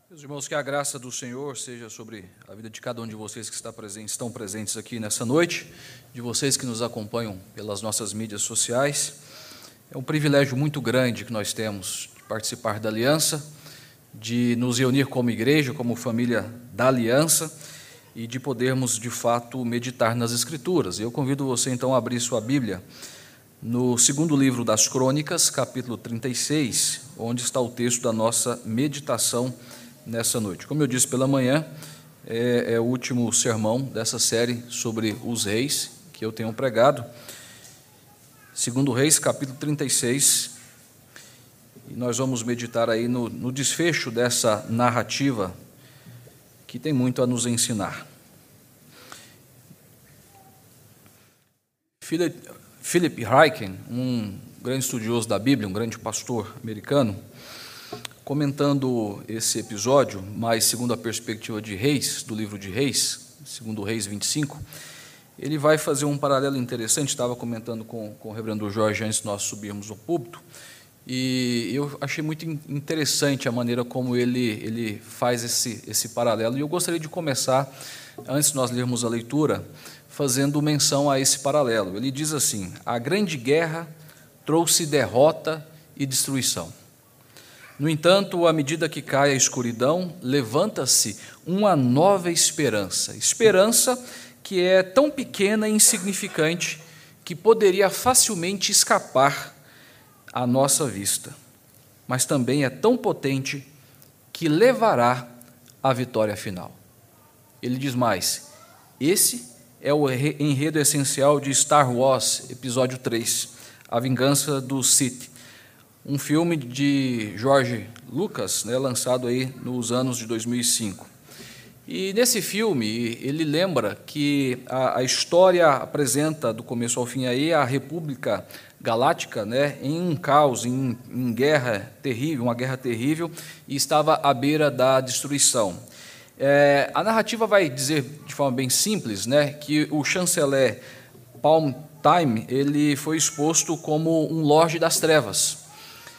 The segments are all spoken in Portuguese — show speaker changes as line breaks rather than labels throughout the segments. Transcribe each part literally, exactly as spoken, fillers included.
Meus irmãos, que a graça do Senhor seja sobre a vida de cada um de vocês que está presente, estão presentes aqui nessa noite, de vocês que nos acompanham pelas nossas mídias sociais. É um privilégio muito grande que nós temos de participar da Aliança, de nos reunir como igreja, como família da Aliança e de podermos, de fato, meditar nas Escrituras. Eu convido você, então, a abrir sua Bíblia no segundo livro das Crônicas, capítulo trinta e seis, onde está o texto da nossa meditação nessa noite. Como eu disse pela manhã, é, é o último sermão dessa série sobre os reis que eu tenho pregado. Segundo Reis, capítulo trinta e seis, e nós vamos meditar aí no, no desfecho dessa narrativa que tem muito a nos ensinar. Philip, Philip Ryken, um grande estudioso da Bíblia, um grande pastor americano, comentando esse episódio, mas segundo a perspectiva de Reis, do livro de Reis, segundo Reis vinte e cinco, ele vai fazer um paralelo interessante. Estava comentando com, com o reverendo Jorge antes de nós subirmos ao púlpito, e eu achei muito interessante a maneira como ele, ele faz esse, esse paralelo, e eu gostaria de começar, antes de nós lermos a leitura, fazendo menção a esse paralelo. Ele diz assim: a grande guerra trouxe derrota e destruição. No entanto, à medida que cai a escuridão, levanta-se uma nova esperança. Esperança que é tão pequena e insignificante que poderia facilmente escapar à nossa vista, mas também é tão potente que levará à vitória final. Ele diz mais: esse é o enredo essencial de Star Wars, episódio três, A Vingança do Sith, um filme de George Lucas, né, lançado aí nos anos de dois mil e cinco. E nesse filme, ele lembra que a, a história apresenta, do começo ao fim, aí, a República Galáctica, né, em um caos, em, em guerra terrível, uma guerra terrível, e estava à beira da destruição. É, a narrativa vai dizer, de forma bem simples, né, que o chanceler Palpatine, ele foi exposto como um Lorde das Trevas.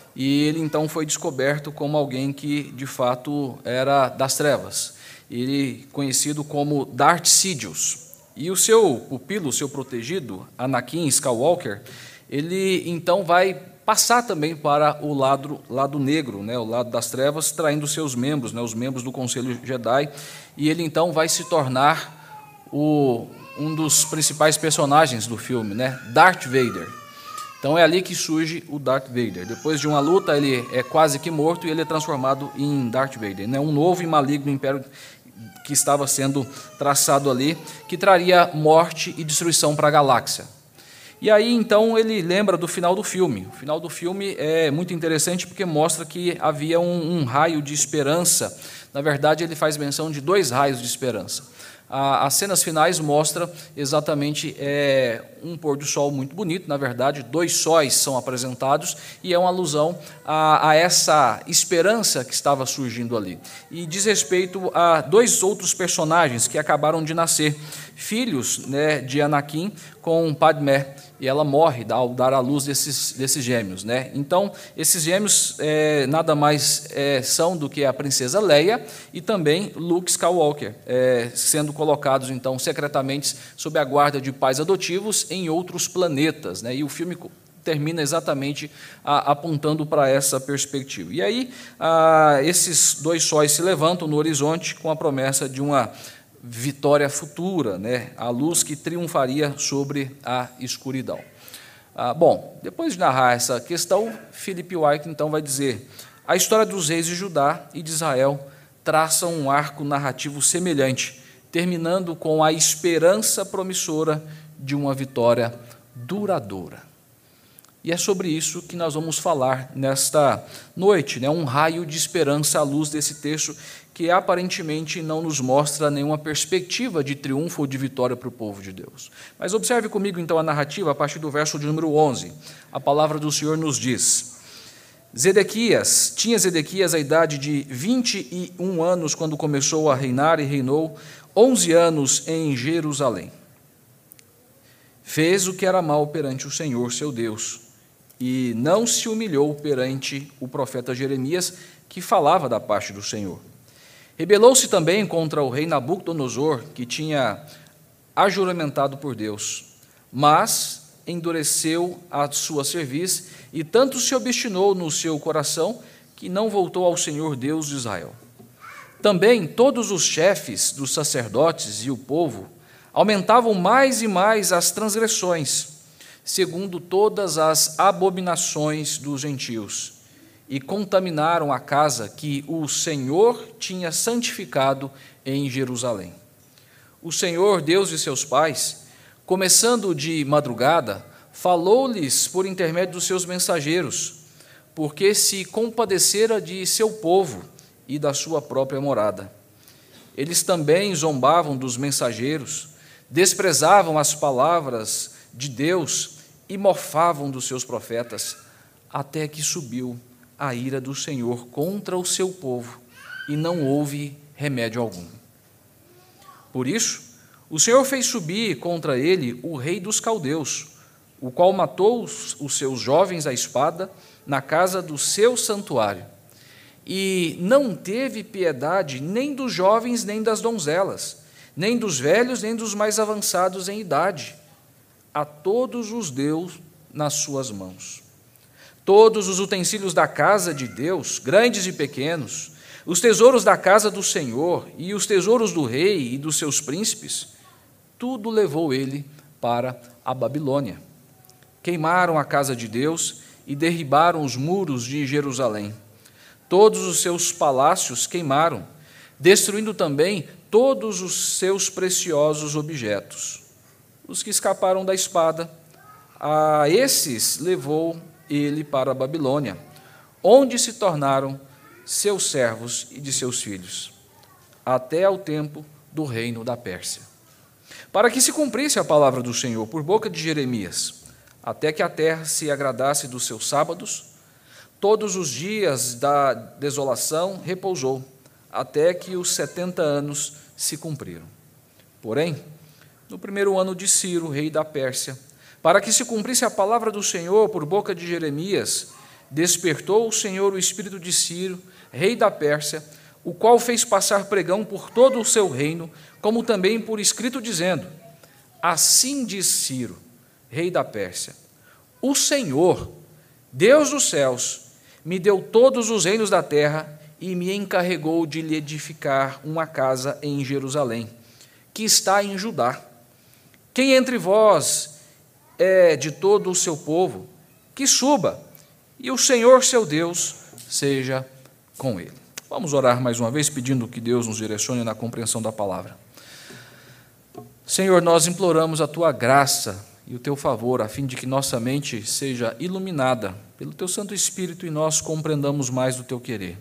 E ele então foi descoberto como alguém que de fato era das trevas, ele conhecido como Darth Sidious. E o seu pupilo, o seu protegido, Anakin Skywalker, ele então vai passar também para o lado, lado negro, né, o lado das trevas, traindo seus membros, né, os membros do Conselho Jedi, e ele então vai se tornar o, um dos principais personagens do filme, né, Darth Vader. Então é ali que surge o Darth Vader. Depois de uma luta, ele é quase que morto e ele é transformado em Darth Vader, né? Um novo e maligno império que estava sendo traçado ali, que traria morte e destruição para a galáxia. E aí, então, ele lembra do final do filme. O final do filme é muito interessante porque mostra que havia um, um raio de esperança. Na verdade, ele faz menção de dois raios de esperança. As cenas finais mostram exatamente é, um pôr do sol muito bonito. Na verdade, dois sóis são apresentados e é uma alusão a, a essa esperança que estava surgindo ali. E diz respeito a dois outros personagens que acabaram de nascer, filhos, né, de Anakin com Padmé, e ela morre ao dar à luz desses, desses gêmeos, né? Então, esses gêmeos é, nada mais é, são do que a princesa Leia e também Luke Skywalker, é, sendo colocados, então, secretamente sob a guarda de pais adotivos em outros planetas, né? E o filme termina exatamente a, apontando para essa perspectiva. E aí, a, esses dois sóis se levantam no horizonte com a promessa de uma vitória futura, né? A luz que triunfaria sobre a escuridão. Ah, bom, depois de narrar essa questão, Philip Ryken então vai dizer: a história dos reis de Judá e de Israel traça um arco narrativo semelhante, terminando com a esperança promissora de uma vitória duradoura. E é sobre isso que nós vamos falar nesta noite, né? Um raio de esperança à luz desse texto que aparentemente não nos mostra nenhuma perspectiva de triunfo ou de vitória para o povo de Deus. Mas observe comigo então a narrativa a partir do verso de número onze. A palavra do Senhor nos diz: Zedequias, tinha Zedequias a idade de vinte e um anos quando começou a reinar e reinou onze anos em Jerusalém. Fez o que era mal perante o Senhor, seu Deus, e não se humilhou perante o profeta Jeremias, que falava da parte do Senhor. Rebelou-se também contra o rei Nabucodonosor, que tinha ajuramentado por Deus, mas endureceu a sua cerviz e tanto se obstinou no seu coração que não voltou ao Senhor Deus de Israel. Também todos os chefes dos sacerdotes e o povo aumentavam mais e mais as transgressões, segundo todas as abominações dos gentios, e contaminaram a casa que o Senhor tinha santificado em Jerusalém. O Senhor, Deus de seus pais, começando de madrugada, falou-lhes por intermédio dos seus mensageiros, porque se compadecera de seu povo e da sua própria morada. Eles também zombavam dos mensageiros, desprezavam as palavras de Deus e mofavam dos seus profetas, até que subiu a ira do Senhor contra o seu povo, e não houve remédio algum. Por isso, o Senhor fez subir contra ele o rei dos caldeus, o qual matou os, os seus jovens à espada na casa do seu santuário, e não teve piedade nem dos jovens, nem das donzelas, nem dos velhos, nem dos mais avançados em idade. A todos os deu nas suas mãos. Todos os utensílios da casa de Deus, grandes e pequenos, os tesouros da casa do Senhor e os tesouros do rei e dos seus príncipes, tudo levou ele para a Babilônia. Queimaram a casa de Deus e derribaram os muros de Jerusalém. Todos os seus palácios queimaram, destruindo também todos os seus preciosos objetos. Os que escaparam da espada, a esses levou ele para a Babilônia, onde se tornaram seus servos e de seus filhos, até ao tempo do reino da Pérsia. Para que se cumprisse a palavra do Senhor por boca de Jeremias, até que a terra se agradasse dos seus sábados, todos os dias da desolação repousou, até que os setenta anos se cumpriram. Porém, no primeiro ano de Ciro, rei da Pérsia, para que se cumprisse a palavra do Senhor por boca de Jeremias, despertou o Senhor o espírito de Ciro, rei da Pérsia, o qual fez passar pregão por todo o seu reino, como também por escrito, dizendo: assim diz Ciro, rei da Pérsia: o Senhor, Deus dos céus, me deu todos os reinos da terra e me encarregou de lhe edificar uma casa em Jerusalém, que está em Judá. Quem entre vós é de todo o seu povo, que suba, e o Senhor seu Deus seja com ele. Vamos orar mais uma vez, pedindo que Deus nos direcione na compreensão da palavra. Senhor, nós imploramos a Tua graça e o Teu favor, a fim de que nossa mente seja iluminada pelo Teu Santo Espírito e nós compreendamos mais do Teu querer.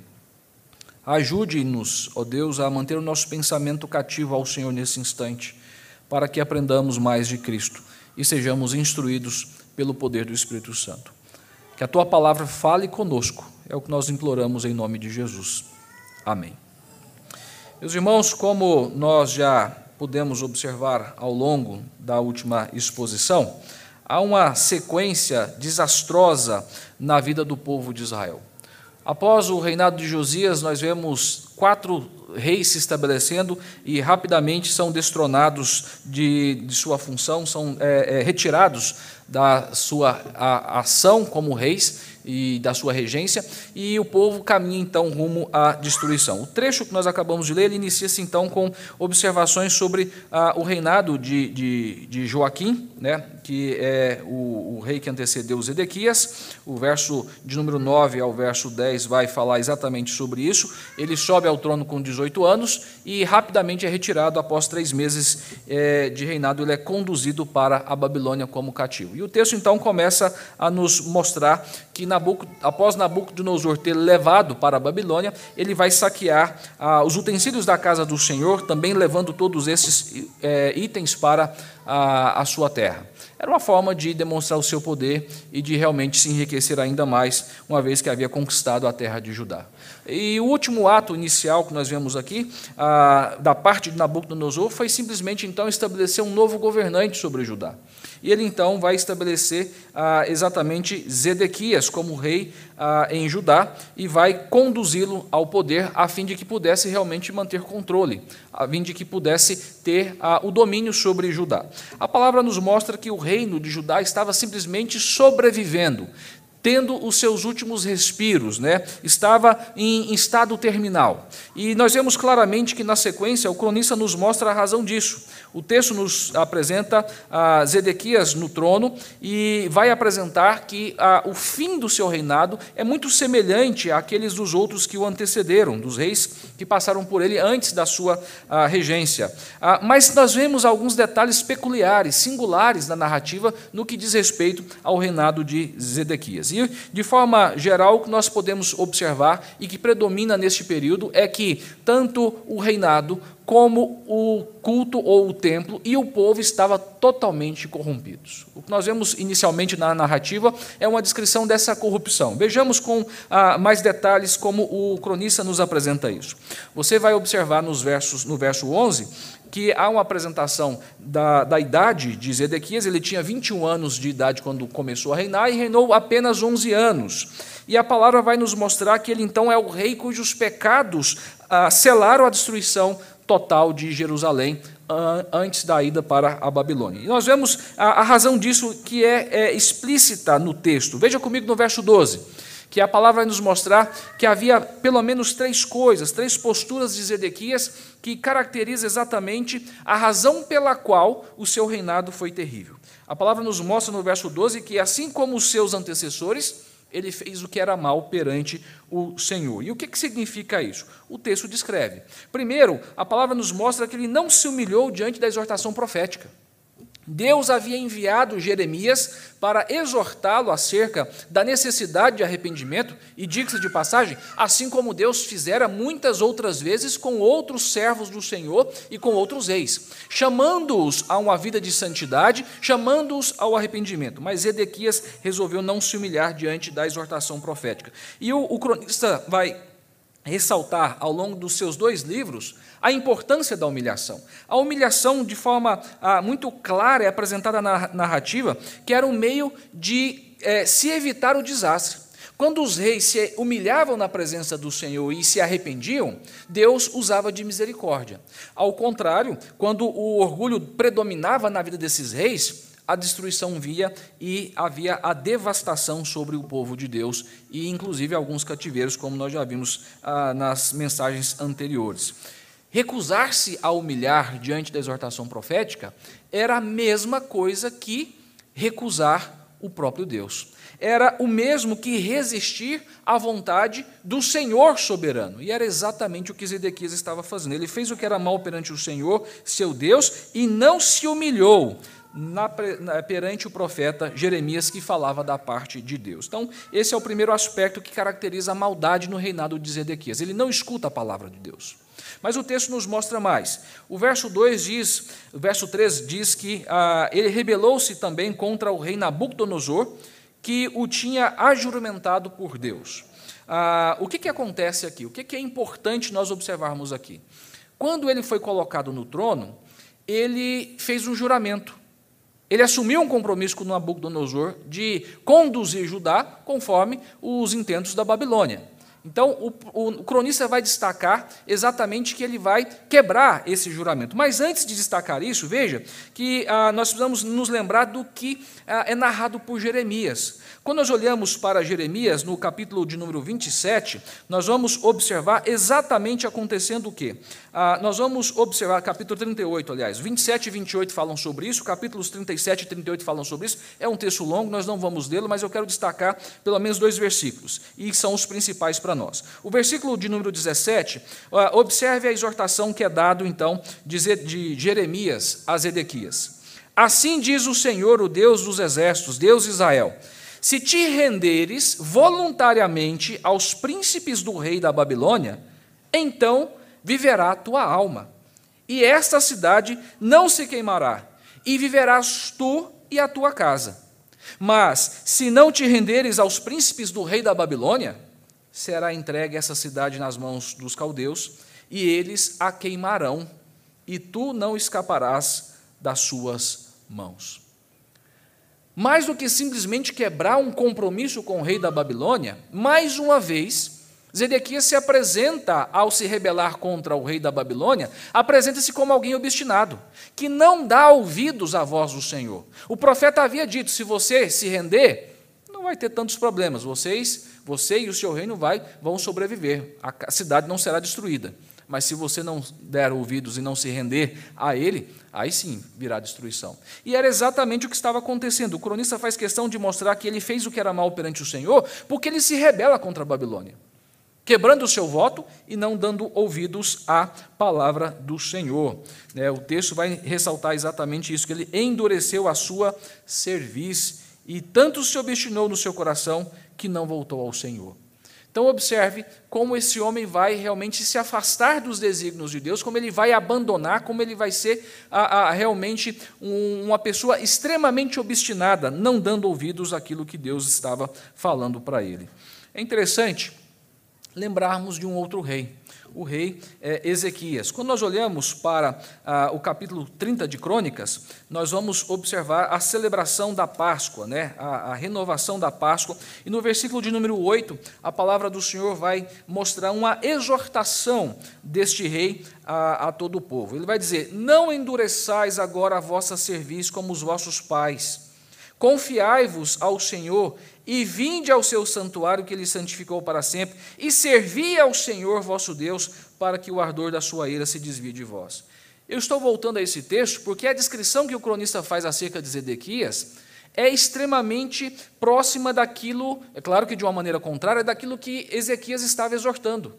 Ajude-nos, ó Deus, a manter o nosso pensamento cativo ao Senhor nesse instante, para que aprendamos mais de Cristo e sejamos instruídos pelo poder do Espírito Santo. Que a Tua palavra fale conosco, é o que nós imploramos em nome de Jesus. Amém. Meus irmãos, como nós já pudemos observar ao longo da última exposição, há uma sequência desastrosa na vida do povo de Israel. Após o reinado de Josias, nós vemos quatro reis se estabelecendo e rapidamente são destronados de, de sua função, são é, é, retirados da sua a, ação como reis e da sua regência, e o povo caminha então rumo à destruição. O trecho que nós acabamos de ler, ele inicia-se então com observações sobre ah, o reinado de, de, de Joaquim, né, que é o, o rei que antecedeu Zedequias. O verso de número nove ao verso dez vai falar exatamente sobre isso. Ele sobe ao trono com dezoito anos e rapidamente é retirado após três meses é, de reinado, ele é conduzido para a Babilônia como cativo. E o texto então começa a nos mostrar que Nabuc, após Nabucodonosor ter levado para a Babilônia, ele vai saquear ah, os utensílios da casa do Senhor, também levando todos esses é, itens para a, a sua terra. Era uma forma de demonstrar o seu poder e de realmente se enriquecer ainda mais, uma vez que havia conquistado a terra de Judá. E o último ato inicial que nós vemos aqui, ah, da parte de Nabucodonosor, foi simplesmente então estabelecer um novo governante sobre Judá. e ele então vai estabelecer ah, exatamente Zedequias como rei ah, em Judá e vai conduzi-lo ao poder a fim de que pudesse realmente manter controle, a fim de que pudesse ter ah, o domínio sobre Judá. A palavra nos mostra que o reino de Judá estava simplesmente sobrevivendo, tendo os seus últimos respiros, né? Estava em, em estado terminal. E nós vemos claramente que, na sequência, o cronista nos mostra a razão disso. O texto nos apresenta a Zedequias no trono e vai apresentar que a, o fim do seu reinado é muito semelhante àqueles dos outros que o antecederam, dos reis que passaram por ele antes da sua a, regência. A, mas nós vemos alguns detalhes peculiares, singulares na narrativa no que diz respeito ao reinado de Zedequias. E, de forma geral, o que nós podemos observar e que predomina neste período é que tanto o reinado como o culto ou o templo e o povo estava totalmente corrompidos. O que nós vemos inicialmente na narrativa é uma descrição dessa corrupção. Vejamos com ah, mais detalhes como o cronista nos apresenta isso. Você vai observar nos versos, no verso onze que há uma apresentação da, da idade de Zedequias. Ele tinha vinte e um anos de idade quando começou a reinar e reinou apenas onze anos. E a palavra vai nos mostrar que ele então é o rei cujos pecados ah, selaram a destruição total de Jerusalém antes da ida para a Babilônia. E nós vemos a, a razão disso que é, é explícita no texto. Veja comigo no verso doze, que a palavra vai nos mostrar que havia pelo menos três coisas, três posturas de Zedequias que caracterizam exatamente a razão pela qual o seu reinado foi terrível. A palavra nos mostra no verso doze que, assim como os seus antecessores, ele fez o que era mal perante o Senhor. E o que, que significa isso? O texto descreve. Primeiro, a palavra nos mostra que ele não se humilhou diante da exortação profética. Deus havia enviado Jeremias para exortá-lo acerca da necessidade de arrependimento, e diga-se de passagem, assim como Deus fizera muitas outras vezes com outros servos do Senhor e com outros reis, chamando-os a uma vida de santidade, chamando-os ao arrependimento. Mas Zedequias resolveu não se humilhar diante da exortação profética. E o, o cronista vai ressaltar ao longo dos seus dois livros a importância da humilhação. A humilhação, de forma ah, muito clara, é apresentada na narrativa, que era um meio de eh, se evitar o desastre. Quando os reis se humilhavam na presença do Senhor e se arrependiam, Deus usava de misericórdia. Ao contrário, quando o orgulho predominava na vida desses reis, a destruição via e havia a devastação sobre o povo de Deus e, inclusive, alguns cativeiros, como nós já vimos ah, nas mensagens anteriores. Recusar-se a humilhar diante da exortação profética era a mesma coisa que recusar o próprio Deus. Era o mesmo que resistir à vontade do Senhor soberano. E era exatamente o que Zedequias estava fazendo. Ele fez o que era mal perante o Senhor, seu Deus, e não se humilhou Na, na, perante o profeta Jeremias, que falava da parte de Deus. Então, esse é o primeiro aspecto que caracteriza a maldade no reinado de Zedequias. Ele não escuta a palavra de Deus. Mas o texto nos mostra mais. O verso dois diz, o verso três diz que ah, ele rebelou-se também contra o rei Nabucodonosor, que o tinha ajuramentado por Deus. Ah, o que, que acontece aqui? O que, que é importante nós observarmos aqui? Quando ele foi colocado no trono, ele fez um juramento. Ele assumiu um compromisso com Nabucodonosor de conduzir Judá conforme os intentos da Babilônia. Então, o, o, o cronista vai destacar exatamente que ele vai quebrar esse juramento. Mas antes de destacar isso, veja que ah, nós precisamos nos lembrar do que ah, é narrado por Jeremias. Quando nós olhamos para Jeremias, no capítulo de número vinte e sete, nós vamos observar exatamente acontecendo o quê? Ah, nós vamos observar, capítulo trinta e oito, aliás, vinte e sete e vinte e oito falam sobre isso, capítulos trinta e sete e trinta e oito falam sobre isso. É um texto longo, nós não vamos lê-lo, mas eu quero destacar pelo menos dois versículos, e são os principais para nós. O versículo de número dezessete, ah, observe a exortação que é dado, então, de, de Jeremias a Zedequias. Assim diz o Senhor, o Deus dos exércitos, Deus de Israel: se te renderes voluntariamente aos príncipes do rei da Babilônia, então viverá a tua alma, e esta cidade não se queimará, e viverás tu e a tua casa. Mas, se não te renderes aos príncipes do rei da Babilônia, será entregue essa cidade nas mãos dos caldeus, e eles a queimarão, e tu não escaparás das suas mãos. Mais do que simplesmente quebrar um compromisso com o rei da Babilônia, mais uma vez, Zedequias se apresenta, ao se rebelar contra o rei da Babilônia, apresenta-se como alguém obstinado, que não dá ouvidos à voz do Senhor. O profeta havia dito, se você se render, não vai ter tantos problemas, vocês, você e o seu reino vai, vão sobreviver, a cidade não será destruída. Mas se você não der ouvidos e não se render a ele, aí sim virá destruição. E era exatamente o que estava acontecendo. O cronista faz questão de mostrar que ele fez o que era mal perante o Senhor, porque ele se rebela contra a Babilônia, quebrando o seu voto e não dando ouvidos à palavra do Senhor. O texto vai ressaltar exatamente isso, que ele endureceu a sua cerviz e tanto se obstinou no seu coração que não voltou ao Senhor. Então, observe como esse homem vai realmente se afastar dos desígnios de Deus, como ele vai abandonar, como ele vai ser a, a, realmente um, uma pessoa extremamente obstinada, não dando ouvidos àquilo que Deus estava falando para ele. É interessante lembrarmos de um outro rei, o rei é, Ezequias. Quando nós olhamos para ah, o capítulo trinta de Crônicas, nós vamos observar a celebração da Páscoa, né? a, a renovação da Páscoa, e no versículo de número oito, a palavra do Senhor vai mostrar uma exortação deste rei a, a todo o povo. Ele vai dizer, não endureçais agora a vossa cerviz como os vossos pais, confiai-vos ao Senhor e vinde ao seu santuário que ele santificou para sempre, e servi ao Senhor vosso Deus, para que o ardor da sua ira se desvie de vós. Eu estou voltando a esse texto, porque a descrição que o cronista faz acerca de Zedequias é extremamente próxima daquilo, é claro que de uma maneira contrária, daquilo que Ezequias estava exortando.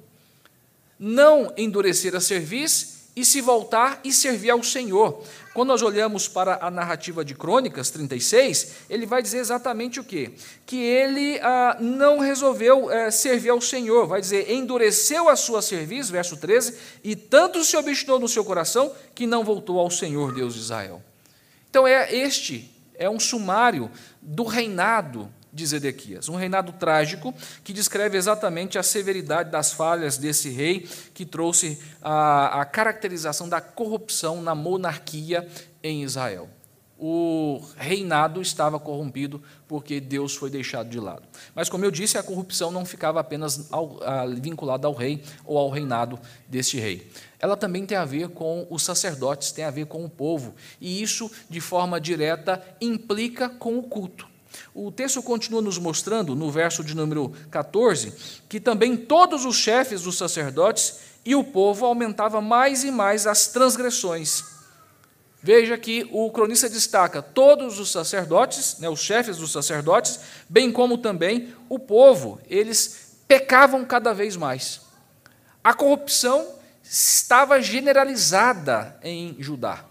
Não endurecer a cerviz, e se voltar e servir ao Senhor. Quando nós olhamos para a narrativa de Crônicas trinta e seis, ele vai dizer exatamente o quê? Que ele ah, não resolveu eh, servir ao Senhor, vai dizer, endureceu a sua cerviz, verso treze, e tanto se obstinou no seu coração, que não voltou ao Senhor, Deus de Israel. Então, é este é um sumário do reinado de Zedequias, um reinado trágico que descreve exatamente a severidade das falhas desse rei que trouxe a, a caracterização da corrupção na monarquia em Israel. O reinado estava corrompido porque Deus foi deixado de lado. Mas, como eu disse, a corrupção não ficava apenas ao, a, vinculada ao rei ou ao reinado deste rei. Ela também tem a ver com os sacerdotes, tem a ver com o povo, e isso, de forma direta, implica com o culto. O texto continua nos mostrando, no verso de número quatorze, que também todos os chefes dos sacerdotes e o povo aumentavam mais e mais as transgressões. Veja que o cronista destaca todos os sacerdotes, né, os chefes dos sacerdotes, bem como também o povo, eles pecavam cada vez mais. A corrupção estava generalizada em Judá,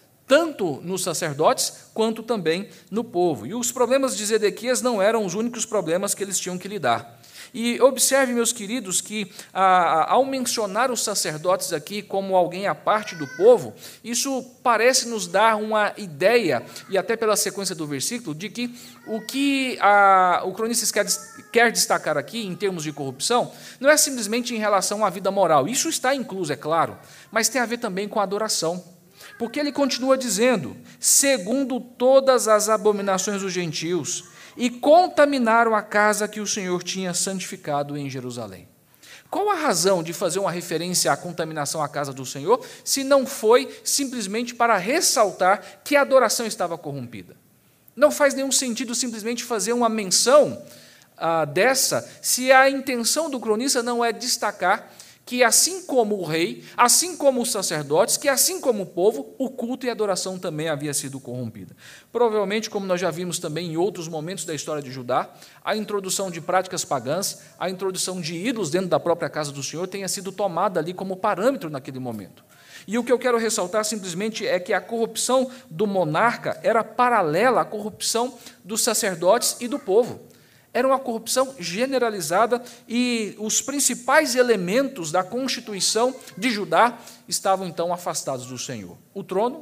tanto nos sacerdotes, quanto também no povo. E os problemas de Zedequias não eram os únicos problemas que eles tinham que lidar. E observe, meus queridos, que ah, ao mencionar os sacerdotes aqui como alguém à parte do povo, isso parece nos dar uma ideia, e até pela sequência do versículo, de que o que ah, o cronista quer, quer destacar aqui, em termos de corrupção, não é simplesmente em relação à vida moral. Isso está incluso, é claro, mas tem a ver também com a adoração. Porque ele continua dizendo, segundo todas as abominações dos gentios, e contaminaram a casa que o Senhor tinha santificado em Jerusalém. Qual a razão de fazer uma referência à contaminação à casa do Senhor, se não foi simplesmente para ressaltar que a adoração estava corrompida? Não faz nenhum sentido simplesmente fazer uma menção ah, dessa, se a intenção do cronista não é destacar que assim como o rei, assim como os sacerdotes, que assim como o povo, o culto e a adoração também havia sido corrompida. Provavelmente, como nós já vimos também em outros momentos da história de Judá, a introdução de práticas pagãs, a introdução de ídolos dentro da própria casa do Senhor tenha sido tomada ali como parâmetro naquele momento. E o que eu quero ressaltar simplesmente é que a corrupção do monarca era paralela à corrupção dos sacerdotes e do povo. Era uma corrupção generalizada e os principais elementos da constituição de Judá estavam, então, afastados do Senhor. O trono,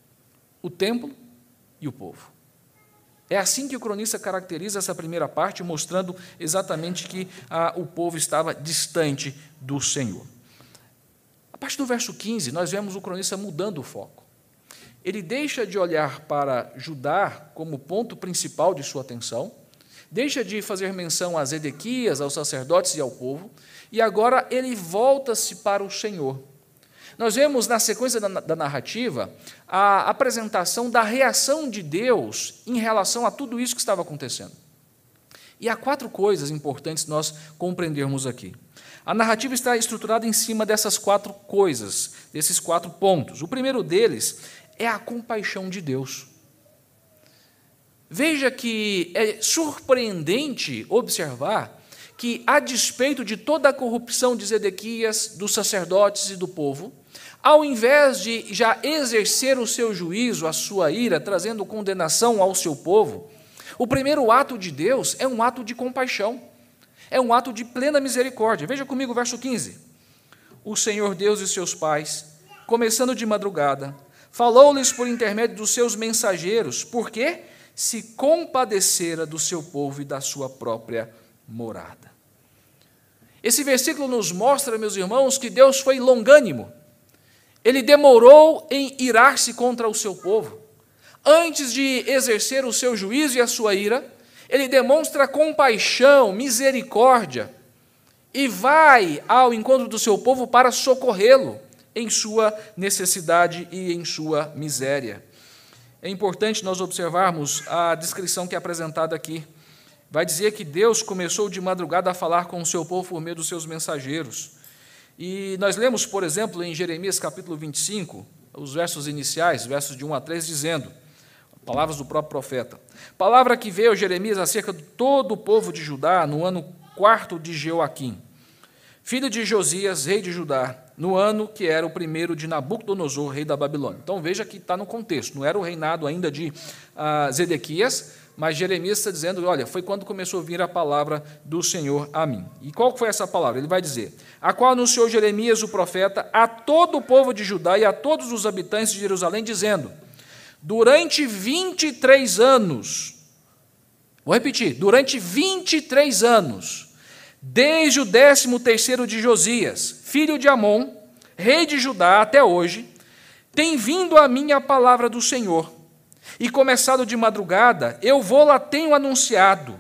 o templo e o povo. É assim que o cronista caracteriza essa primeira parte, mostrando exatamente que ah, o povo estava distante do Senhor. A partir do verso quinze, nós vemos o cronista mudando o foco. ele deixa de olhar para Judá como ponto principal de sua atenção, deixa de fazer menção a Zedequias, aos sacerdotes e ao povo, e agora ele volta-se para o Senhor. Nós vemos na sequência da, da narrativa a apresentação da reação de Deus em relação a tudo isso que estava acontecendo. E há quatro coisas importantes nós compreendermos aqui. A narrativa está estruturada em cima dessas quatro coisas, desses quatro pontos. O primeiro deles é a compaixão de Deus. Veja que é surpreendente observar que, a despeito de toda a corrupção de Zedequias, dos sacerdotes e do povo, ao invés de já exercer o seu juízo, a sua ira, trazendo condenação ao seu povo, o primeiro ato de Deus é um ato de compaixão, é um ato de plena misericórdia. Veja comigo o verso quinze. O Senhor Deus e seus pais, começando de madrugada, falou-lhes por intermédio dos seus mensageiros, porque se compadecera do seu povo e da sua própria morada. Esse versículo nos mostra, meus irmãos, que Deus foi longânimo. Ele demorou em irar-se contra o seu povo. Antes de exercer o seu juízo e a sua ira, ele demonstra compaixão, misericórdia, e vai ao encontro do seu povo para socorrê-lo em sua necessidade e em sua miséria. É importante nós observarmos a descrição que é apresentada aqui. Vai dizer que Deus começou de madrugada a falar com o seu povo por meio dos seus mensageiros. E nós lemos, por exemplo, em Jeremias capítulo vinte e cinco, os versos iniciais, versos de um a três, dizendo, palavras do próprio profeta, palavra que veio a Jeremias acerca de todo o povo de Judá no ano quarto de Jeoaquim, filho de Josias, rei de Judá, no ano que era o primeiro de Nabucodonosor, rei da Babilônia. Então veja que está no contexto, não era o reinado ainda de uh, Zedequias, mas Jeremias está dizendo, olha, foi quando começou a vir a palavra do Senhor a mim. E qual foi essa palavra? Ele vai dizer, a qual anunciou Jeremias, o profeta, a todo o povo de Judá e a todos os habitantes de Jerusalém, dizendo, durante vinte e três anos, vou repetir, durante vinte e três anos, desde o décimo terceiro de Josias, filho de Amon, rei de Judá, até hoje, tem vindo a mim a palavra do Senhor, e começado de madrugada, eu vou-la tenho anunciado.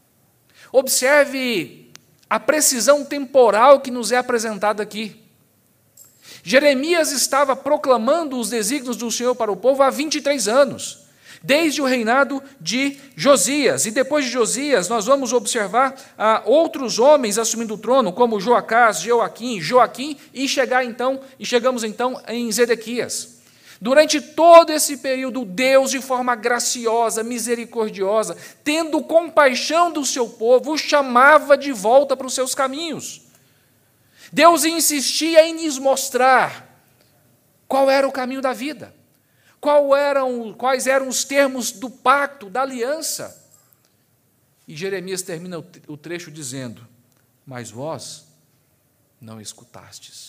Observe a precisão temporal que nos é apresentada aqui. Jeremias estava proclamando os desígnios do Senhor para o povo há vinte e três anos, desde o reinado de Josias. E depois de Josias, nós vamos observar ah, outros homens assumindo o trono, como Joacás, Jeoaquim, Joaquim, e, chegar, então, e chegamos então em Zedequias. Durante todo esse período, Deus, de forma graciosa, misericordiosa, tendo compaixão do seu povo, o chamava de volta para os seus caminhos. Deus insistia em nos mostrar qual era o caminho da vida, qual eram, quais eram os termos do pacto, da aliança. E Jeremias termina o trecho dizendo, mas vós não escutastes.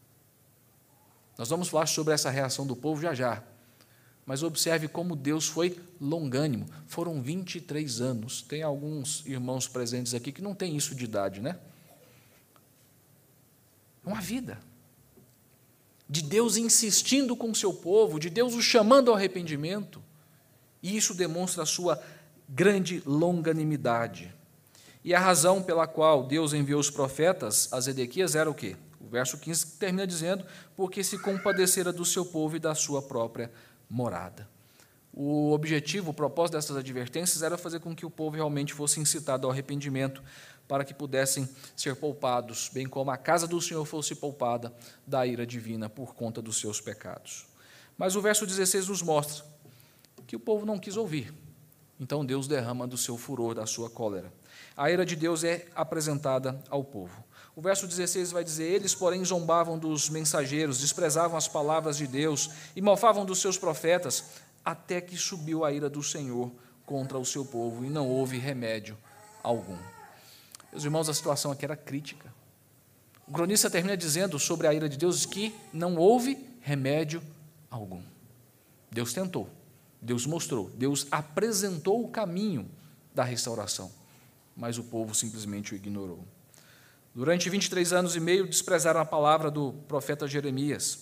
Nós vamos falar sobre essa reação do povo já já, mas observe como Deus foi longânimo. Foram vinte e três anos. Tem alguns irmãos presentes aqui que não têm isso de idade, né? Uma vida de Deus insistindo com o seu povo, de Deus o chamando ao arrependimento, e isso demonstra a sua grande longanimidade. E a razão pela qual Deus enviou os profetas a Zedequias era o quê? O verso quinze termina dizendo, porque se compadecera do seu povo e da sua própria morada. O objetivo, o propósito dessas advertências era fazer com que o povo realmente fosse incitado ao arrependimento, para que pudessem ser poupados, bem como a casa do Senhor fosse poupada da ira divina por conta dos seus pecados. Mas o verso dezesseis nos mostra que o povo não quis ouvir. Então Deus derrama do seu furor, da sua cólera. A ira de Deus é apresentada ao povo. O verso dezesseis vai dizer, eles, porém, zombavam dos mensageiros, desprezavam as palavras de Deus e mofavam dos seus profetas, até que subiu a ira do Senhor contra o seu povo e não houve remédio algum. Meus irmãos, a situação aqui era crítica. O cronista termina dizendo sobre a ira de Deus que não houve remédio algum. Deus tentou, Deus mostrou, Deus apresentou o caminho da restauração, mas o povo simplesmente o ignorou. Durante vinte e três anos e meio, desprezaram a palavra do profeta Jeremias.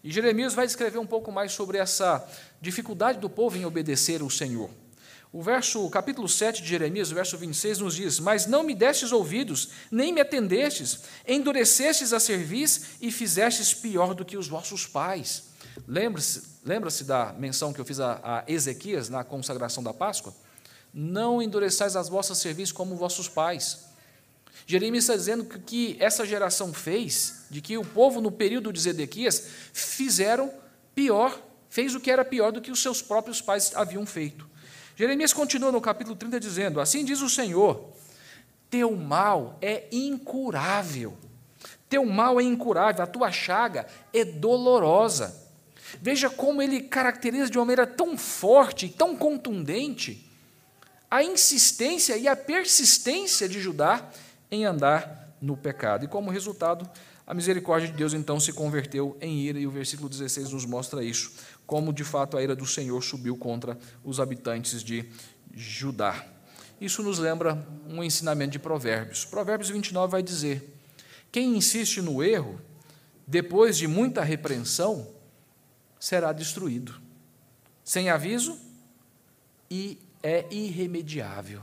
E Jeremias vai descrever um pouco mais sobre essa dificuldade do povo em obedecer ao Senhor. O verso, capítulo sete de Jeremias, o verso vinte e seis, nos diz: mas não me destes ouvidos, nem me atendestes, endurecestes a cerviz e fizestes pior do que os vossos pais. Lembra-se lembra-se da menção que eu fiz a, a Ezequias na consagração da Páscoa? Não endureçais as vossas cerviz como vossos pais. Jeremias está dizendo que o que essa geração fez, de que o povo no período de Zedequias fizeram pior, fez o que era pior do que os seus próprios pais haviam feito. Jeremias continua no capítulo trinta dizendo: assim diz o Senhor, teu mal é incurável, teu mal é incurável, a tua chaga é dolorosa. Veja como ele caracteriza de uma maneira tão forte, tão contundente, a insistência e a persistência de Judá em andar no pecado. E como resultado, a misericórdia de Deus então se converteu em ira, e o versículo dezesseis nos mostra isso, como de fato a ira do Senhor subiu contra os habitantes de Judá. Isso nos lembra um ensinamento de Provérbios. Provérbios vinte e nove vai dizer: quem insiste no erro, depois de muita repreensão, será destruído, sem aviso, e é irremediável.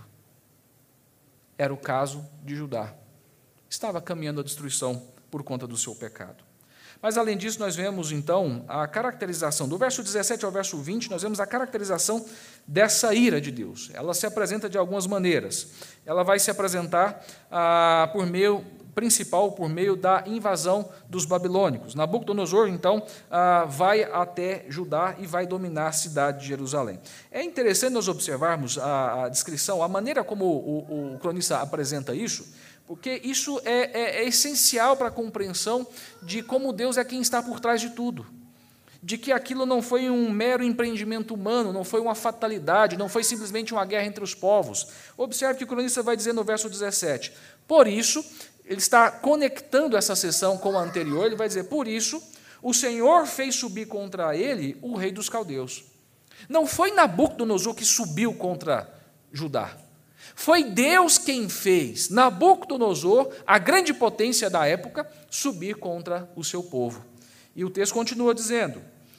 Era o caso de Judá. Estava caminhando à destruição por conta do seu pecado. Mas, além disso, nós vemos, então, a caracterização, do verso dezessete ao verso vinte, nós vemos a caracterização dessa ira de Deus. Ela se apresenta de algumas maneiras. Ela vai se apresentar ah, por meio, principal, por meio da invasão dos babilônicos. Nabucodonosor, então, ah, vai até Judá e vai dominar a cidade de Jerusalém. É interessante nós observarmos a, a descrição, a maneira como o, o, o cronista apresenta isso, porque isso é, é, é essencial para a compreensão de como Deus é quem está por trás de tudo, de que aquilo não foi um mero empreendimento humano, não foi uma fatalidade, não foi simplesmente uma guerra entre os povos. Observe que o cronista vai dizer no verso dezessete, por isso, ele está conectando essa sessão com a anterior, ele vai dizer, por isso, o Senhor fez subir contra ele o rei dos caldeus. Não foi Nabucodonosor que subiu contra Judá. Foi Deus quem fez Nabucodonosor, a grande potência da época, subir contra o seu povo. E o texto continua dizendo,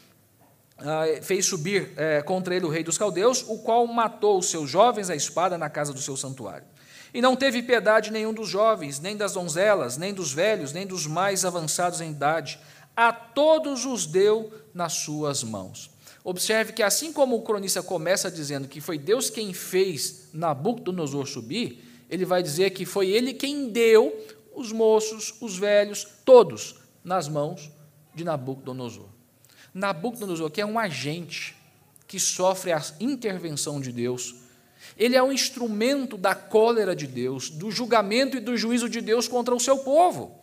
ah, fez subir eh, contra ele o rei dos caldeus, o qual matou os seus jovens à espada na casa do seu santuário. E não teve piedade nenhum dos jovens, nem das donzelas, nem dos velhos, nem dos mais avançados em idade. A todos os deu nas suas mãos. Observe que assim como o cronista começa dizendo que foi Deus quem fez Nabucodonosor subir, ele vai dizer que foi ele quem deu os moços, os velhos, todos, nas mãos de Nabucodonosor. Nabucodonosor, que é um agente que sofre a intervenção de Deus, ele é um instrumento da cólera de Deus, do julgamento e do juízo de Deus contra o seu povo.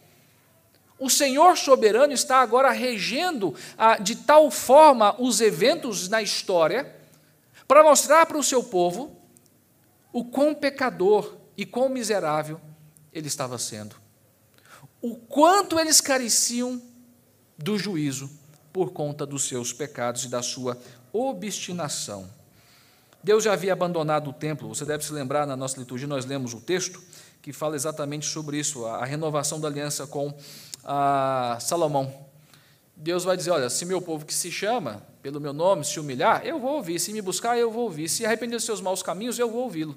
O Senhor soberano está agora regendo ah, de tal forma os eventos na história para mostrar para o seu povo o quão pecador e quão miserável ele estava sendo. O quanto eles careciam do juízo por conta dos seus pecados e da sua obstinação. Deus já havia abandonado o templo. Você deve se lembrar, na nossa liturgia nós lemos o texto que fala exatamente sobre isso, a renovação da aliança com a Salomão. Deus vai dizer, olha, se meu povo que se chama pelo meu nome se humilhar, eu vou ouvir, se me buscar, eu vou ouvir, se arrepender dos seus maus caminhos, eu vou ouvi-lo.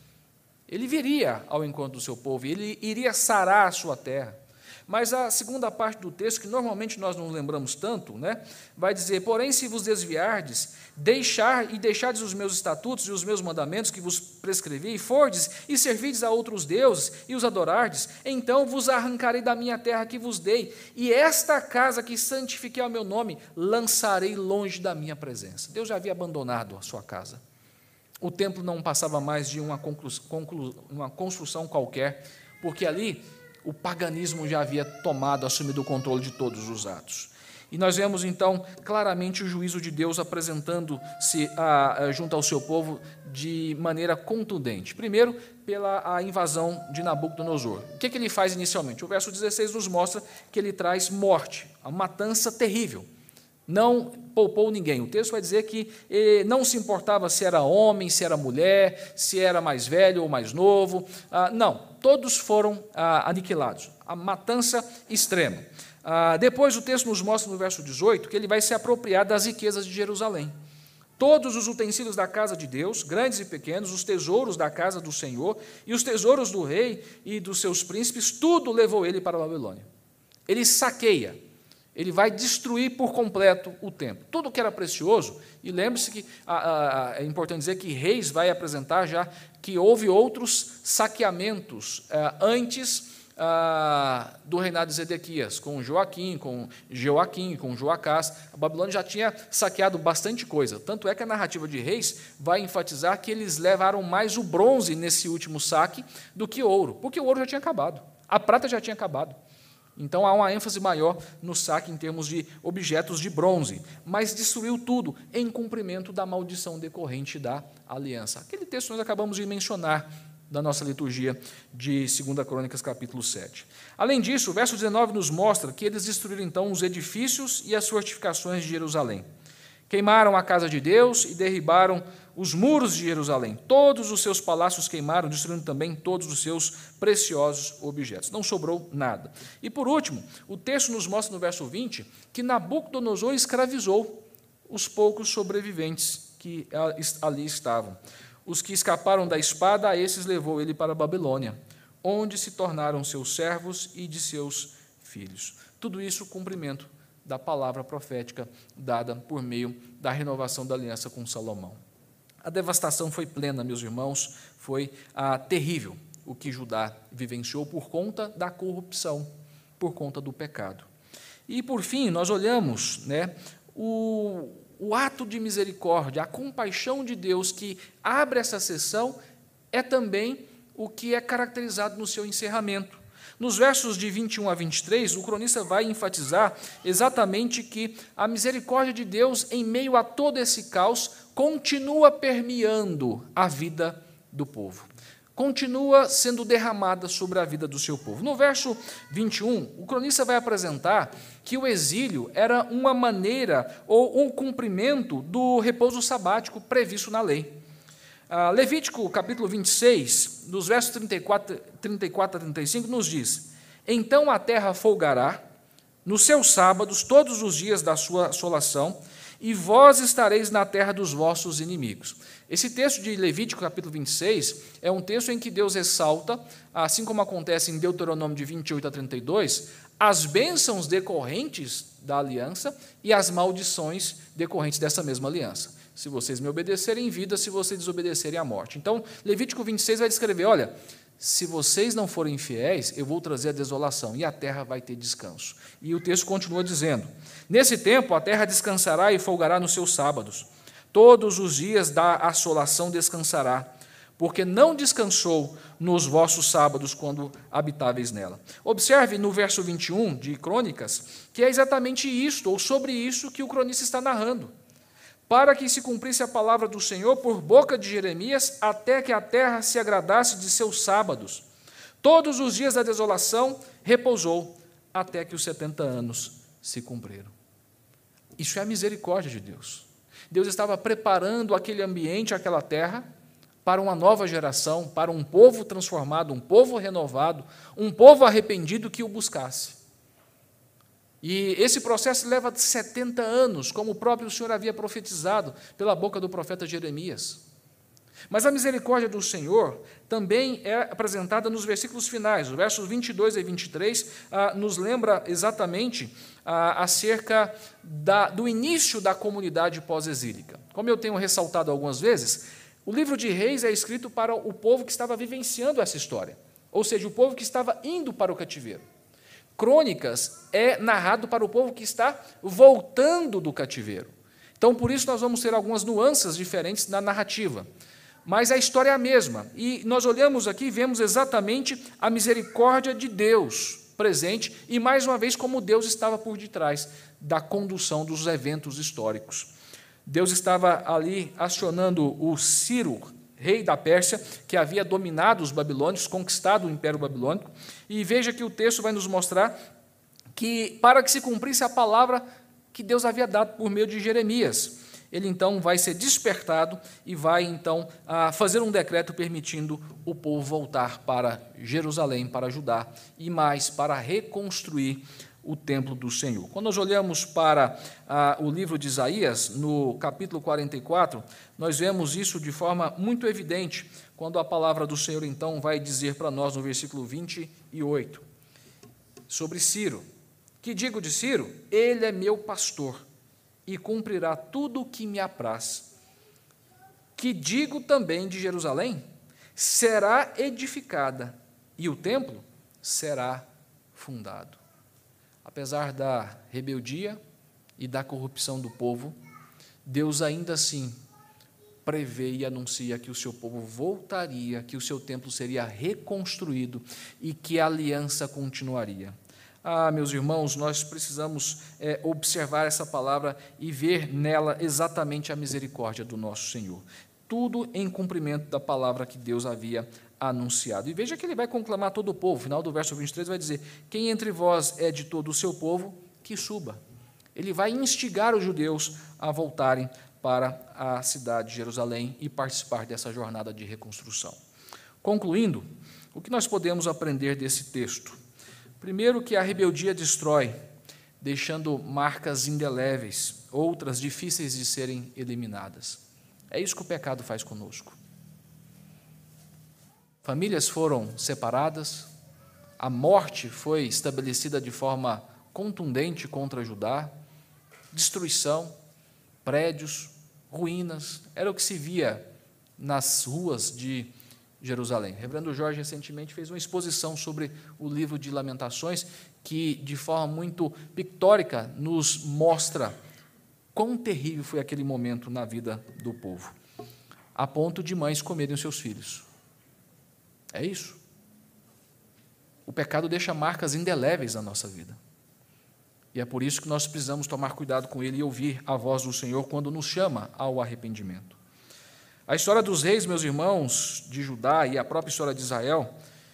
Ele viria ao encontro do seu povo, ele iria sarar a sua terra. Mas a segunda parte do texto, que normalmente nós não lembramos tanto, né, vai dizer, porém, se vos desviardes, deixar e deixardes os meus estatutos e os meus mandamentos que vos prescrevi, e fordes e servides a outros deuses e os adorardes, então vos arrancarei da minha terra que vos dei, e esta casa que santifiquei ao meu nome, lançarei longe da minha presença. Deus já havia abandonado a sua casa. O templo não passava mais de uma, conclu, conclu, uma construção qualquer, porque ali o paganismo já havia tomado, assumido o controle de todos os atos. E nós vemos, então, claramente o juízo de Deus apresentando-se junto ao seu povo de maneira contundente. Primeiro, pela a invasão de Nabucodonosor. O que, que ele faz inicialmente? O verso dezesseis nos mostra que ele traz morte, a matança terrível. Não poupou ninguém. O texto vai dizer que eh, não se importava se era homem, se era mulher, se era mais velho ou mais novo. Ah, não, todos foram ah, aniquilados. A matança extrema. Ah, depois o texto nos mostra no verso dezoito que ele vai se apropriar das riquezas de Jerusalém. Todos os utensílios da casa de Deus, grandes e pequenos, os tesouros da casa do Senhor e os tesouros do rei e dos seus príncipes, tudo levou ele para a Babilônia. Ele saqueia, ele vai destruir por completo o templo. Tudo que era precioso, e lembre-se que a, a, é importante dizer que Reis vai apresentar já que houve outros saqueamentos a, antes a, do reinado de Zedequias, com Joaquim, com Joaquim, com Joacás. A Babilônia já tinha saqueado bastante coisa, tanto é que a narrativa de Reis vai enfatizar que eles levaram mais o bronze nesse último saque do que ouro, porque o ouro já tinha acabado, a prata já tinha acabado. Então, há uma ênfase maior no saque em termos de objetos de bronze, mas destruiu tudo em cumprimento da maldição decorrente da aliança. Aquele texto nós acabamos de mencionar da nossa liturgia de segunda Crônicas, capítulo sete. Além disso, o verso dezenove nos mostra que eles destruíram, então, os edifícios e as fortificações de Jerusalém. Queimaram a casa de Deus e derribaram os muros de Jerusalém. Todos os seus palácios queimaram, destruindo também todos os seus preciosos objetos. Não sobrou nada. E, por último, o texto nos mostra no verso vinte que Nabucodonosor escravizou os poucos sobreviventes que ali estavam. Os que escaparam da espada, a esses levou ele para a Babilônia, onde se tornaram seus servos e de seus filhos. Tudo isso cumprimento da palavra profética dada por meio da renovação da aliança com Salomão. A devastação foi plena, meus irmãos, foi ah, terrível o que Judá vivenciou por conta da corrupção, por conta do pecado. E, por fim, nós olhamos, né, o, o ato de misericórdia, a compaixão de Deus que abre essa sessão, é também o que é caracterizado no seu encerramento. Nos versos de vinte e um a vinte e três, o cronista vai enfatizar exatamente que a misericórdia de Deus, em meio a todo esse caos, continua permeando a vida do povo, continua sendo derramada sobre a vida do seu povo. No verso vinte e um, o cronista vai apresentar que o exílio era uma maneira ou um cumprimento do repouso sabático previsto na lei. Ah, Levítico, capítulo vinte e seis, dos versos trinta e quatro, trinta e quatro a trinta e cinco, nos diz: então a terra folgará nos seus sábados todos os dias da sua assolação, e vós estareis na terra dos vossos inimigos. Esse texto de Levítico, capítulo vinte e seis, é um texto em que Deus ressalta, assim como acontece em Deuteronômio de vinte e oito a trinta e dois, as bênçãos decorrentes da aliança e as maldições decorrentes dessa mesma aliança. Se vocês me obedecerem em vida, se vocês desobedecerem à morte. Então, Levítico vinte e seis vai descrever, olha, se vocês não forem fiéis, eu vou trazer a desolação, e a terra vai ter descanso. E o texto continua dizendo: nesse tempo a terra descansará e folgará nos seus sábados. Todos os dias da assolação descansará, porque não descansou nos vossos sábados quando habitáveis nela. Observe no verso vinte e um de Crônicas, que é exatamente isto, ou sobre isso, que o cronista está narrando. Para que se cumprisse a palavra do Senhor por boca de Jeremias, até que a terra se agradasse de seus sábados. Todos os dias da desolação repousou, até que os setenta anos se cumpriram. Isso é a misericórdia de Deus. Deus estava preparando aquele ambiente, aquela terra, para uma nova geração, para um povo transformado, um povo renovado, um povo arrependido que o buscasse. E esse processo leva setenta anos, como o próprio Senhor havia profetizado pela boca do profeta Jeremias. Mas a misericórdia do Senhor também é apresentada nos versículos finais. Os versos vinte e dois e vinte e três ah, nos lembra exatamente ah, acerca da, do início da comunidade pós-exílica. Como eu tenho ressaltado algumas vezes, o livro de Reis é escrito para o povo que estava vivenciando essa história, ou seja, o povo que estava indo para o cativeiro. Crônicas é narrado para o povo que está voltando do cativeiro. Então, por isso, nós vamos ter algumas nuances diferentes na narrativa. Mas a história é a mesma. E nós olhamos aqui e vemos exatamente a misericórdia de Deus presente e, mais uma vez, como Deus estava por detrás da condução dos eventos históricos. Deus estava ali acionando o Ciro, rei da Pérsia, que havia dominado os babilônios, conquistado o Império Babilônico. E veja que o texto vai nos mostrar que, para que se cumprisse a palavra que Deus havia dado por meio de Jeremias, ele então vai ser despertado e vai então fazer um decreto permitindo o povo voltar para Jerusalém, para Judá, e mais, para reconstruir o templo do Senhor. Quando nós olhamos para ah, o livro de Isaías, no capítulo quarenta e quatro, nós vemos isso de forma muito evidente, quando a palavra do Senhor, então, vai dizer para nós no versículo vinte e oito, sobre Ciro. Que digo de Ciro? Ele é meu pastor e cumprirá tudo o que me apraz. Que digo também de Jerusalém? Será edificada e o templo será fundado. Apesar da rebeldia e da corrupção do povo, Deus ainda assim prevê e anuncia que o seu povo voltaria, que o seu templo seria reconstruído e que a aliança continuaria. Ah, meus irmãos, nós precisamos é, observar essa palavra e ver nela exatamente a misericórdia do nosso Senhor. Tudo em cumprimento da palavra que Deus havia anunciado. E veja que ele vai conclamar todo o povo. No final do verso vinte e três vai dizer: quem entre vós é de todo o seu povo, que suba. Ele vai instigar os judeus a voltarem para a cidade de Jerusalém e participar dessa jornada de reconstrução. Concluindo, o que nós podemos aprender desse texto? Primeiro, que a rebeldia destrói, deixando marcas indeléveis, outras difíceis de serem eliminadas. É isso que o pecado faz conosco. Famílias foram separadas, a morte foi estabelecida de forma contundente contra Judá, destruição, prédios, ruínas, era o que se via nas ruas de Jerusalém. O reverendo Jorge recentemente fez uma exposição sobre o livro de Lamentações, que de forma muito pictórica nos mostra quão terrível foi aquele momento na vida do povo, a ponto de mães comerem os seus filhos. É isso. O pecado deixa marcas indeléveis na nossa vida. E é por isso que nós precisamos tomar cuidado com ele e ouvir a voz do Senhor quando nos chama ao arrependimento. A história dos reis, meus irmãos, de Judá e a própria história de Israel,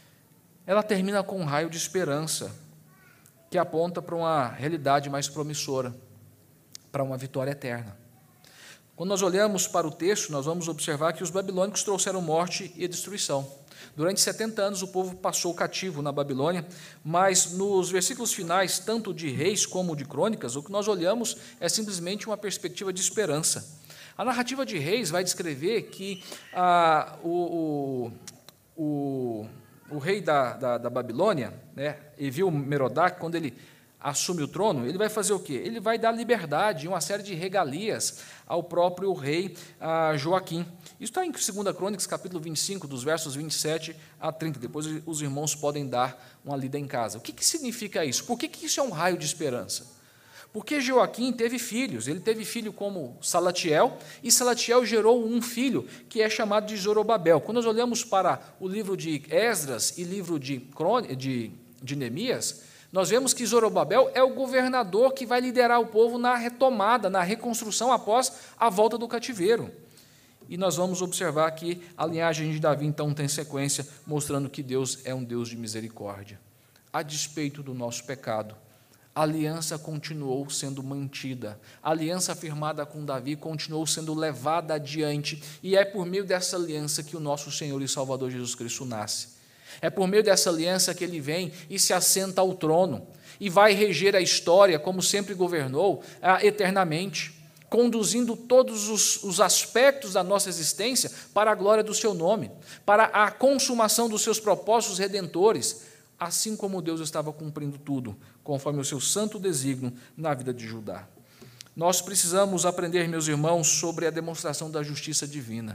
ela termina com um raio de esperança que aponta para uma realidade mais promissora, para uma vitória eterna. Quando nós olhamos para o texto, nós vamos observar que os babilônicos trouxeram morte e destruição. Durante setenta anos o povo passou cativo na Babilônia, mas nos versículos finais, tanto de Reis como de Crônicas, o que nós olhamos é simplesmente uma perspectiva de esperança. A narrativa de Reis vai descrever que ah, o, o, o, o rei da, da, da Babilônia, né, Evil-Merodach, quando ele assume o trono, ele vai fazer o quê? Ele vai dar liberdade e uma série de regalias ao próprio rei ah, Joaquim. Isso está em segunda Crônicas, capítulo vinte e cinco, dos versos vinte e sete a trinta. Depois os irmãos podem dar uma lida em casa. O que, que significa isso? Por que, que isso é um raio de esperança? Porque Joaquim teve filhos. Ele teve filho como Salatiel, e Salatiel gerou um filho que é chamado de Zorobabel. Quando nós olhamos para o livro de Esdras e livro de, Crônicas, de, de Neemias, nós vemos que Zorobabel é o governador que vai liderar o povo na retomada, na reconstrução após a volta do cativeiro. E nós vamos observar que a linhagem de Davi, então, tem sequência, mostrando que Deus é um Deus de misericórdia. A despeito do nosso pecado, a aliança continuou sendo mantida, a aliança firmada com Davi continuou sendo levada adiante, e é por meio dessa aliança que o nosso Senhor e Salvador Jesus Cristo nasce. É por meio dessa aliança que ele vem e se assenta ao trono, e vai reger a história, como sempre governou, eternamente, conduzindo todos os, os aspectos da nossa existência para a glória do seu nome, para a consumação dos seus propósitos redentores, assim como Deus estava cumprindo tudo, conforme o seu santo desígnio na vida de Judá. Nós precisamos aprender, meus irmãos, sobre a demonstração da justiça divina.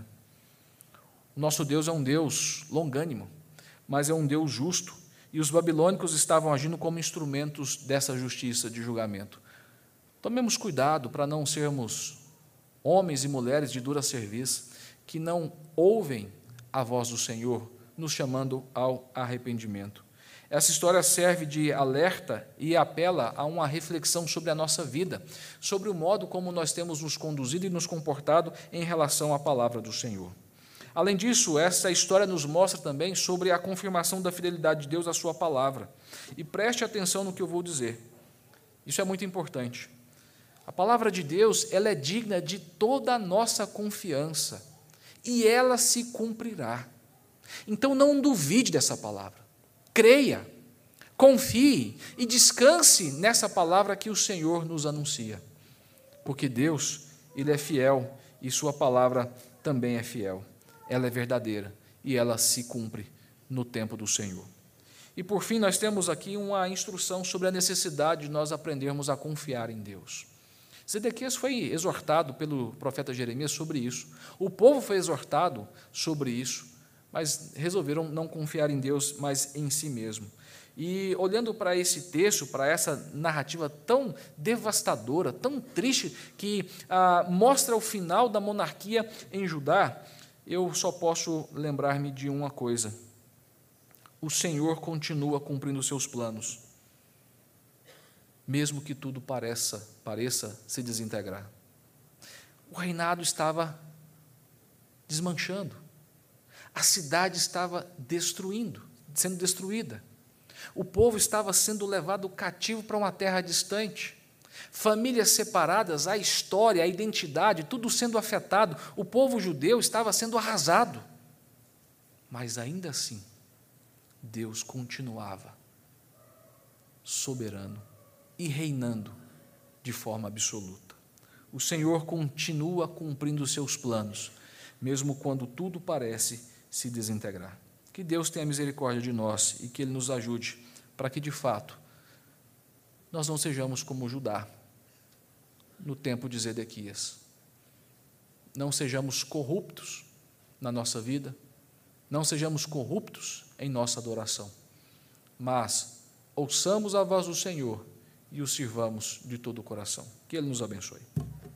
O nosso Deus é um Deus longânimo, mas é um Deus justo, e os babilônicos estavam agindo como instrumentos dessa justiça de julgamento. Tomemos cuidado para não sermos homens e mulheres de dura cerviz, que não ouvem a voz do Senhor, nos chamando ao arrependimento. Essa história serve de alerta e apela a uma reflexão sobre a nossa vida, sobre o modo como nós temos nos conduzido e nos comportado em relação à palavra do Senhor. Além disso, essa história nos mostra também sobre a confirmação da fidelidade de Deus à sua palavra. E preste atenção no que eu vou dizer. Isso é muito importante. A palavra de Deus, ela é digna de toda a nossa confiança, e ela se cumprirá. Então não duvide dessa palavra. Creia. Confie e descanse nessa palavra que o Senhor nos anuncia, porque Deus, Ele é fiel e sua palavra também é fiel. Ela é verdadeira e ela se cumpre no tempo do Senhor. E por fim, nós temos aqui uma instrução sobre a necessidade de nós aprendermos a confiar em Deus. Zedequias foi exortado pelo profeta Jeremias sobre isso. O povo foi exortado sobre isso, mas resolveram não confiar em Deus, mas em si mesmo. E olhando para esse texto, para essa narrativa tão devastadora, tão triste, que ah, mostra o final da monarquia em Judá, eu só posso lembrar-me de uma coisa: o Senhor continua cumprindo os seus planos, mesmo que tudo pareça, pareça se desintegrar. O reinado estava desmanchando, a cidade estava destruindo, sendo destruída. O povo estava sendo levado cativo para uma terra distante, famílias separadas, a história, a identidade, tudo sendo afetado. O povo judeu estava sendo arrasado, mas ainda assim, Deus continuava soberano e reinando de forma absoluta. O Senhor continua cumprindo os seus planos, mesmo quando tudo parece se desintegrar. Que Deus tenha misericórdia de nós e que Ele nos ajude para que, de fato, nós não sejamos como Judá no tempo de Zedequias. Não sejamos corruptos na nossa vida, não sejamos corruptos em nossa adoração, mas ouçamos a voz do Senhor e o sirvamos de todo o coração. Que Ele nos abençoe.